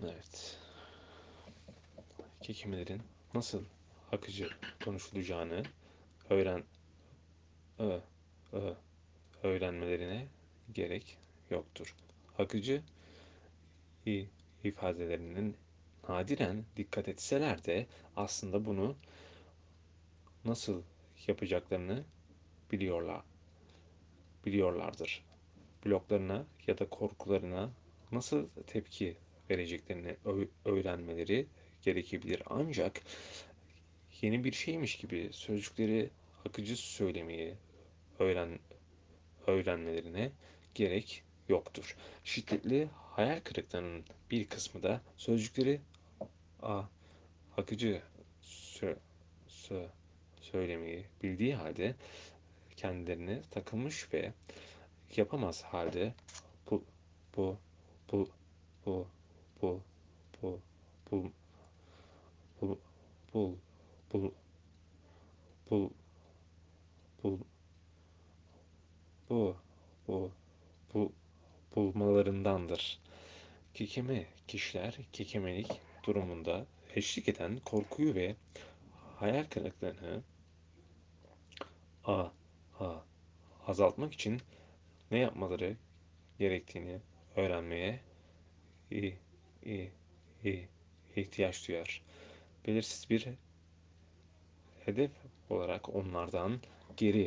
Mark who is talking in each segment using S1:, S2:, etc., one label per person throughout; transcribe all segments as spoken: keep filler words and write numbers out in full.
S1: Evet. Kekemelerin nasıl akıcı konuşulacağını öğren ö, ö, öğrenmelerine gerek yoktur. Akıcı ifadelerinin nadiren dikkat etseler de aslında bunu nasıl yapacaklarını biliyorlar, biliyorlardır. Bloklarına ya da korkularına nasıl tepki vereceklerini öğrenmeleri gerekebilir. Ancak yeni bir şeymiş gibi sözcükleri akıcı söylemeyi öğren öğrenmelerine gerek yoktur. Şiddetli hayal kırıklığının bir kısmı da sözcükleri a, akıcı sö, sö, söylemeyi bildiği halde kendilerine takılmış ve yapamaz halde bu bu bu bu bu bu bu bu bul bul bul bul bu bu bu bulmalarındandır. Kekeme kişiler kekemelik durumunda eşlik eden korkuyu ve hayal kırıklığını a a azaltmak için ne yapmaları gerektiğini öğrenmeye i, i, i, ihtiyaç duyar. Belirsiz bir hedef olarak onlardan geri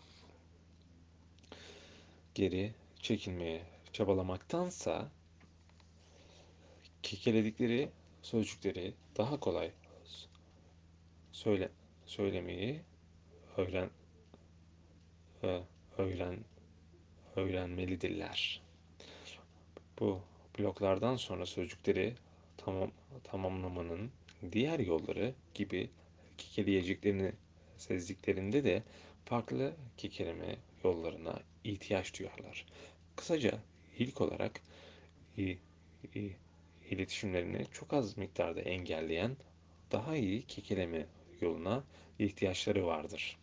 S1: geri çekilmeye çabalamaktansa kekeledikleri sözcükleri daha kolay söyle söylemeyi öğren öğren öğrenmelidirler. Bu bloklardan sonra sözcükleri tamam tamamlamanın diğer yolları gibi kekeleyeceklerini sezdiklerinde de farklı kekeleme yollarına ihtiyaç duyarlar. Kısaca ilk olarak i, i, iletişimlerini çok az miktarda engelleyen daha iyi kekeleme yoluna ihtiyaçları vardır.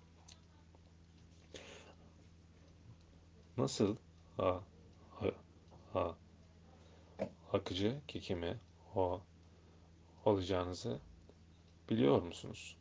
S1: Nasıl a, a, a, akıcı kekeme o olacağınızı biliyor musunuz?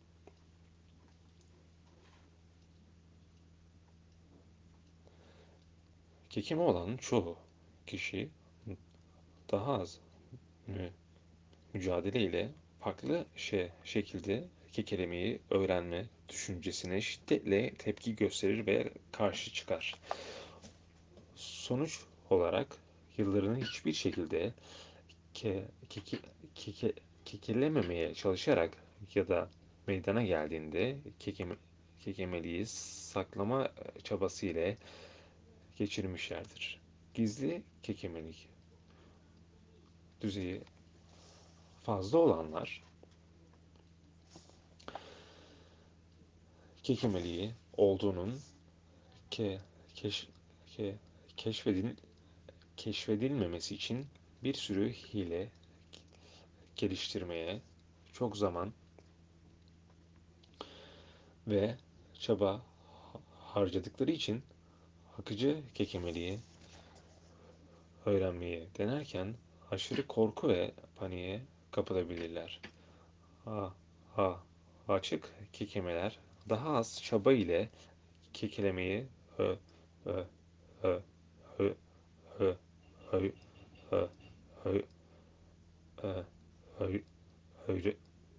S1: Kekeme olan çoğu kişi daha az mü, mücadele ile farklı şey, şekilde kekelemeyi öğrenme düşüncesine şiddetle tepki gösterir ve karşı çıkar. Sonuç olarak yıllarını hiçbir şekilde ke, keke, keke, kekelememeye çalışarak ya da meydana geldiğinde kekeme, kekemeliği saklama çabası ile geçirmişlerdir. Gizli kekemelik düzeyi fazla olanlar kekemeliği olduğunun ke, keş, ke, keşfedil, keşfedilmemesi için bir sürü hile geliştirmeye çok zaman ve çaba harcadıkları için akıcı kekemeliği öğrenmeyi denerken aşırı korku ve paniğe kapılabilirler. Ha, ha, açık kekemeler daha az çaba ile kekelemeyi ö, ö, ö, ö, ö, ö, ö, ö, ö, ö, öyle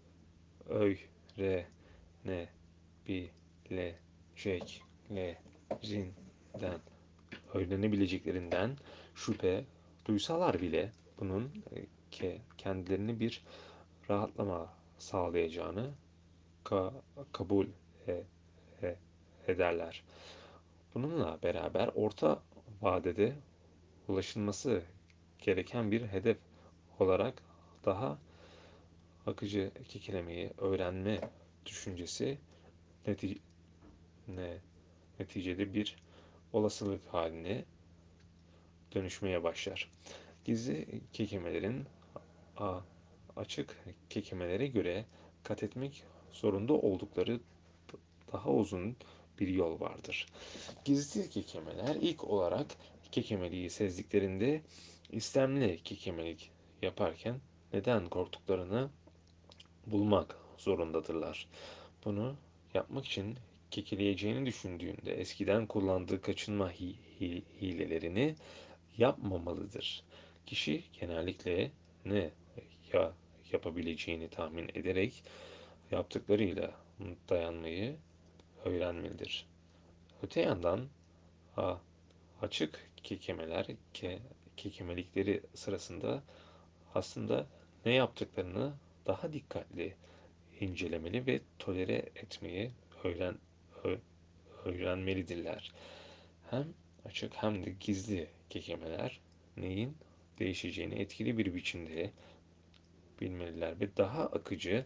S1: öğrenebileceklerinden öğrenebileceklerinden şüphe duysalar bile bunun ke, kendilerini bir rahatlama sağlayacağını ka, kabul e, e, ederler. Bununla beraber orta vadede ulaşılması gereken bir hedef olarak daha akıcı kekelemeyi öğrenme düşüncesi neti ne, neticede bir olasılık haline dönüşmeye başlar. Gizli kekemelerin a, açık kekemelere göre kat etmek zorunda oldukları daha uzun bir yol vardır. Gizli kekemeler ilk olarak kekemeliği sezdiklerinde istemli kekemelik yaparken neden korktuklarını bulmak zorundadırlar. Bunu yapmak için kekeleyeceğini düşündüğünde eskiden kullandığı kaçınma hi- hi- hilelerini yapmamalıdır. Kişi genellikle ne ya yapabileceğini tahmin ederek yaptıklarıyla dayanmayı öğrenmelidir. Öte yandan a, açık kekemeler ke, kekemelikleri sırasında aslında ne yaptıklarını daha dikkatli incelemeli ve tolere etmeyi öğren, öğrenmelidirler. Hem açık hem de gizli kekemeler neyin değişeceğini etkili bir biçimde bilmeliler ve daha akıcı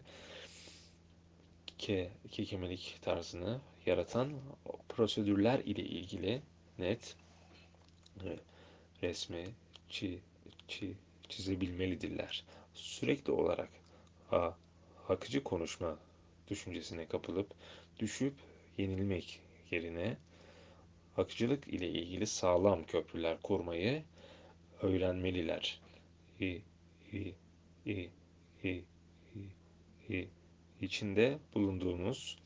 S1: ke, kekemelik tarzını yaratan prosedürler ile ilgili net e, resmi çi, çi, çizebilmelidirler. Sürekli olarak a, akıcı konuşma düşüncesine kapılıp düşüp yenilmek yerine akıcılık ile ilgili sağlam köprüler kurmayı öğrenmeliler. İ, i, i, i, i, i. İçinde bulunduğumuz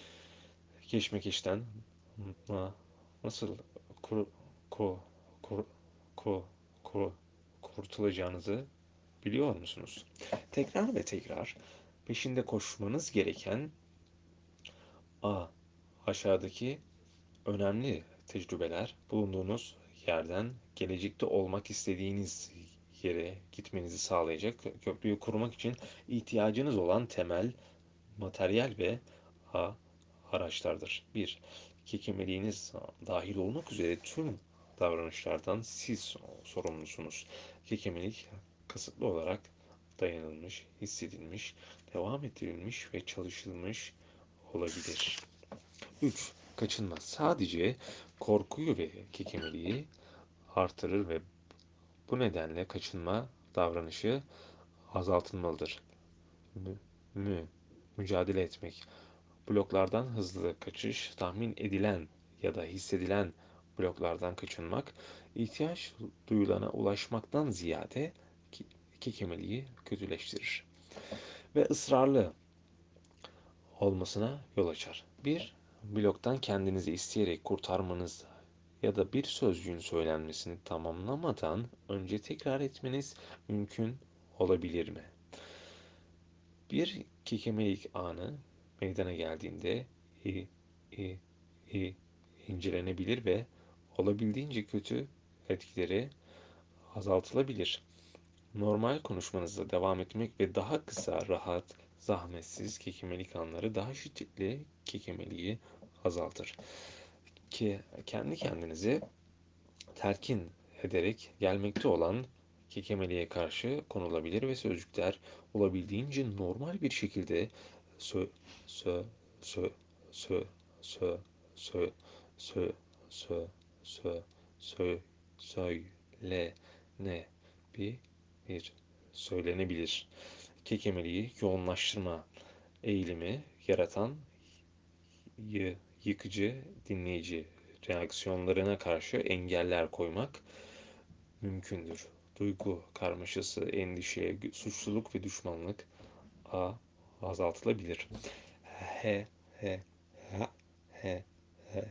S1: keşmekeşten na- nasıl kur, ko, kur, ko, ko, kurtulacağınızı biliyor musunuz? Tekrar ve tekrar peşinde koşmanız gereken A. Aşağıdaki önemli tecrübeler bulunduğunuz yerden gelecekte olmak istediğiniz yere gitmenizi sağlayacak köprüyü kurmak için ihtiyacınız olan temel materyal ve a, araçlardır. bir. Kekemeliğiniz dahil olmak üzere tüm davranışlardan siz sorumlusunuz. Kekemelik kasıtlı olarak dayanılmış, hissedilmiş, devam ettirilmiş ve çalışılmış olabilir. üç. Kaçınma sadece korkuyu ve kekemeliği artırır ve bu nedenle kaçınma davranışı azaltılmalıdır. Mü, mü, mücadele etmek. Bloklardan hızlı kaçış, tahmin edilen ya da hissedilen bloklardan kaçınmak, ihtiyaç duyulana ulaşmaktan ziyade kekemeliği kötüleştirir ve ısrarlı olmasına yol açar. Bir bloktan kendinizi isteyerek kurtarmanız ya da bir sözcüğün söylenmesini tamamlamadan önce tekrar etmeniz mümkün olabilir mi? Bir kekemelik anı meydana geldiğinde i, i, i, incelenebilir ve olabildiğince kötü etkileri azaltılabilir. Normal konuşmanızda devam etmek ve daha kısa, rahat, zahmetsiz kekemelik anları daha şiddetli kekemeliği azaltır. Ki kendi kendinizi telkin ederek gelmekte olan kekemeliğe karşı konulabilir ve sözcükler olabildiğince normal bir şekilde sö sö sö sö sö sö sö sö sö sö söylene bir bir söylenebilir. Kekemeliği yoğunlaştırma eğilimi yaratan yı, yıkıcı dinleyici reaksiyonlarına karşı engeller koymak mümkündür. Duygu karmaşası, endişe, suçluluk ve düşmanlık a azaltılabilir. He he ha he he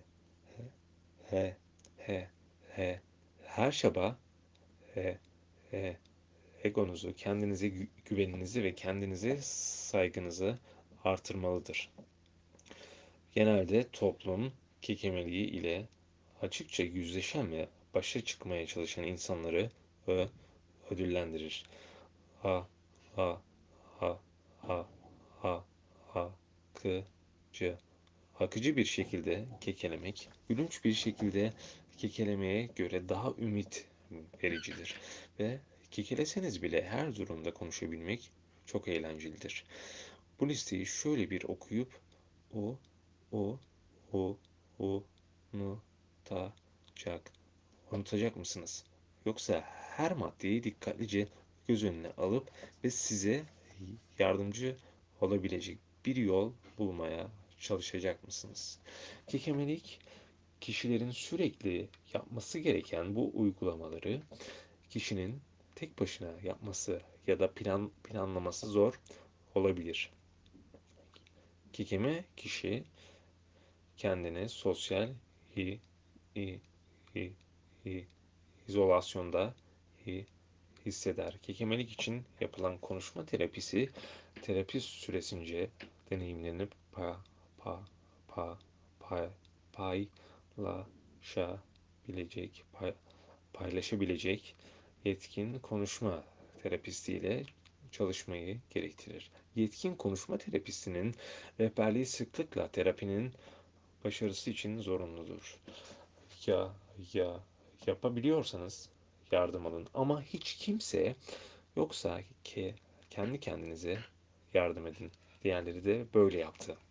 S1: he he he her çaba he he egonuzu, kendinize güveninizi ve kendinize saygınızı artırmalıdır. Genelde toplum kekemeliği ile açıkça yüzleşen ve başa çıkmaya çalışan insanları ö, ödüllendirir. Ha ha ha ha ha ha kıcı. Akıcı bir şekilde kekelemek, gülünç bir şekilde kekelemeye göre daha ümit vericidir. Ve kekeleseniz bile her durumda konuşabilmek çok eğlencelidir. Bu listeyi şöyle bir okuyup o, o, o, o, nu, ta, cak. Unutacak mısınız? Yoksa her maddeyi dikkatlice göz önüne alıp ve size yardımcı olabilecek bir yol bulmaya çalışacak mısınız? Kekemelik, kişilerin sürekli yapması gereken bu uygulamaları kişinin tek başına yapması ya da plan planlaması zor olabilir. Kekeme kişi kendini sosyal i, i, i, i, izolasyonda i, hisseder. Kekemelik için yapılan konuşma terapisi terapi süresince deneyimlenip pa, pa, pa, pa, paylaşabilecek, pay, paylaşabilecek yetkin konuşma terapistiyle çalışmayı gerektirir. Yetkin konuşma terapistinin rehberliği sıklıkla terapinin başarısı için zorunludur. Ya ya yapabiliyorsanız yardım alın ama hiç kimse yoksa ki kendi kendinize yardım edin. Diğerleri de böyle yaptı.